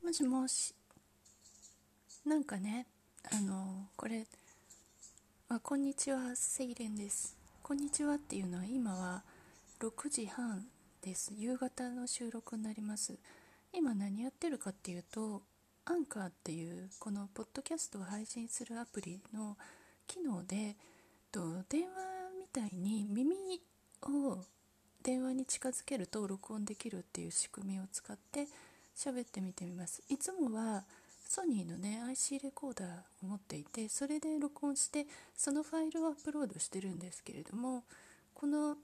もしもし。なんかね、これ、こんにちは、セイレンです。こんにちはっていうのは今は6時半です。夕方の収録になります。今何やってるかっていうと、アンカーっていうこのポッドキャストを配信するアプリの機能で、電話みたいに耳を電話に近づけると録音できるっていう仕組みを使って喋ってみてみます。いつもはソニーのね IC レコーダーを持っていて、それで録音してそのファイルをアップロードしてるんですけれども、この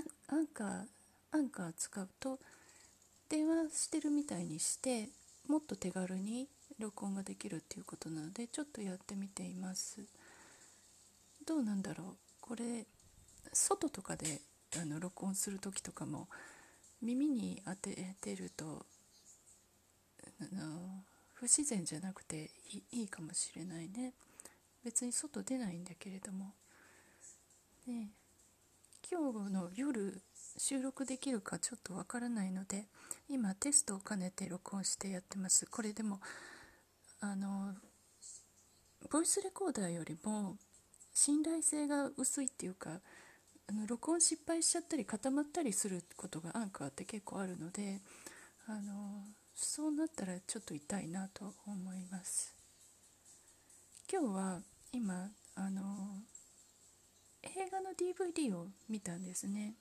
アンカー使うと電話してるみたいにしてもっと手軽に録音ができるっていうことなので、ちょっとやってみています。どうなんだろう、これ外とかで録音する時とかも耳に当ててると不自然じゃなくていいかもしれないね。別に外出ないんだけれどもね。今日の夜収録できるかちょっとわからないので、今テストを兼ねて録音してやってます。これでもボイスレコーダーよりも信頼性が薄いっていうか、録音失敗しちゃったり固まったりすることがアンカーって結構あるので、そうなったらちょっと痛いなと思います。今日は今映画の DVD を見たんですね。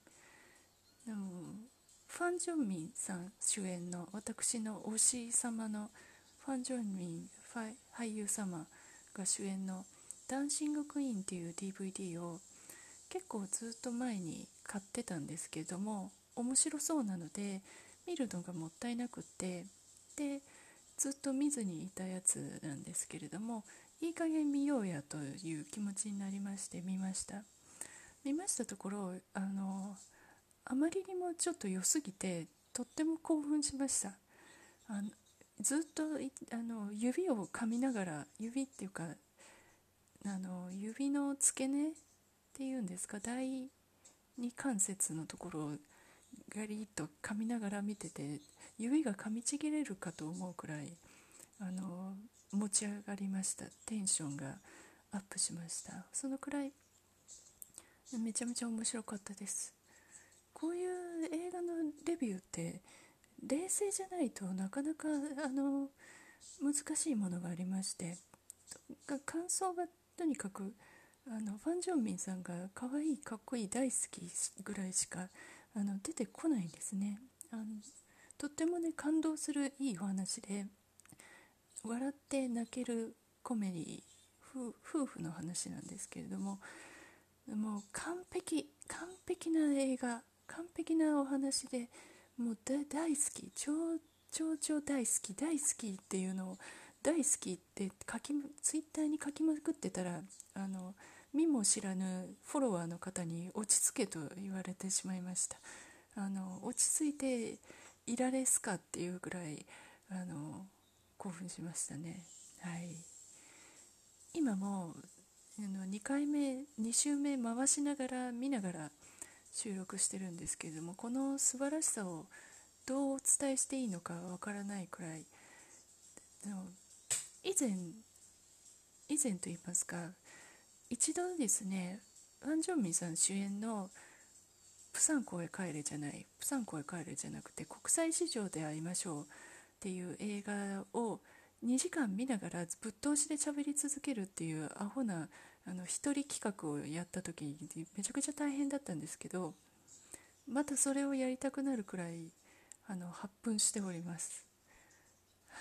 ファン・ジョンミンさん主演の、私の推し様のファン・ジョンミン俳優様が主演のダンシング・クイーンっていう DVD を結構ずっと前に買ってたんですけれども、面白そうなので見るのがもったいなくって、でずっと見ずにいたやつなんですけれども、いい加減見ようやという気持ちになりまして見ましたところ、あまりにもちょっと良すぎてとっても興奮しました。あのずっと指を噛みながら、指っていうか指の付け根っていうんですか、第二関節のところをガリッと噛みながら見てて、指が噛みちぎれるかと思うくらい持ち上がりました。テンションがアップしました。そのくらいめちゃめちゃ面白かったです。こういう映画のレビューって冷静じゃないとなかなか難しいものがありまして、感想がとにかくファン・ジョンミンさんが可愛いかっこいい大好きぐらいしか出てこないんですね。とってもね、感動するいいお話で、笑って泣けるコメディ、夫婦の話なんですけれども、もう完璧な映画、完璧なお話で、もう大好き、超大好きっていうのを、大好きってツイッターに書きまくってたら、見も知らぬフォロワーの方に落ち着けと言われてしまいました。落ち着いていられすかっていうぐらい興奮しましたね。はい。今も2回目2週目回しながら見ながら収録してるんですけれども、この素晴らしさをどうお伝えしていいのかわからないくらい、以前と言いますか、一度ですね、ファン・ジョンミンさん主演のプサン港へ帰れじゃなくて国際市場で会いましょうっていう映画を2時間見ながらぶっ通しで喋り続けるっていうアホな一人企画をやった時にめちゃくちゃ大変だったんですけど、またそれをやりたくなるくらい発奮しております。はい、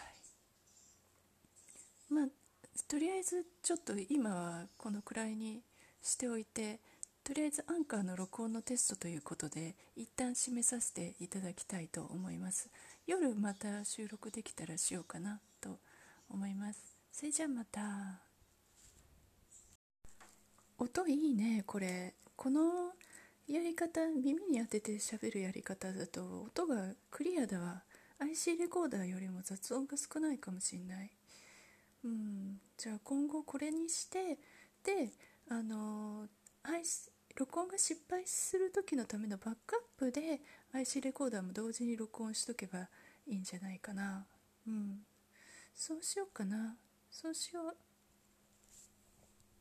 とりあえずちょっと今はこのくらいにしておいて、とりあえずアンカーの録音のテストということで一旦締めさせていただきたいと思います。夜また収録できたらしようかなと思います。それじゃあまた。音いいね、これ。このやり方、耳に当てて喋るやり方だと音がクリアだわ。 IC レコーダーよりも雑音が少ないかもしれない。じゃあ今後これにして、で録音が失敗する時のためのバックアップで IC レコーダーも同時に録音しとけばいいんじゃないかな。 そうしようかな。そうしよう。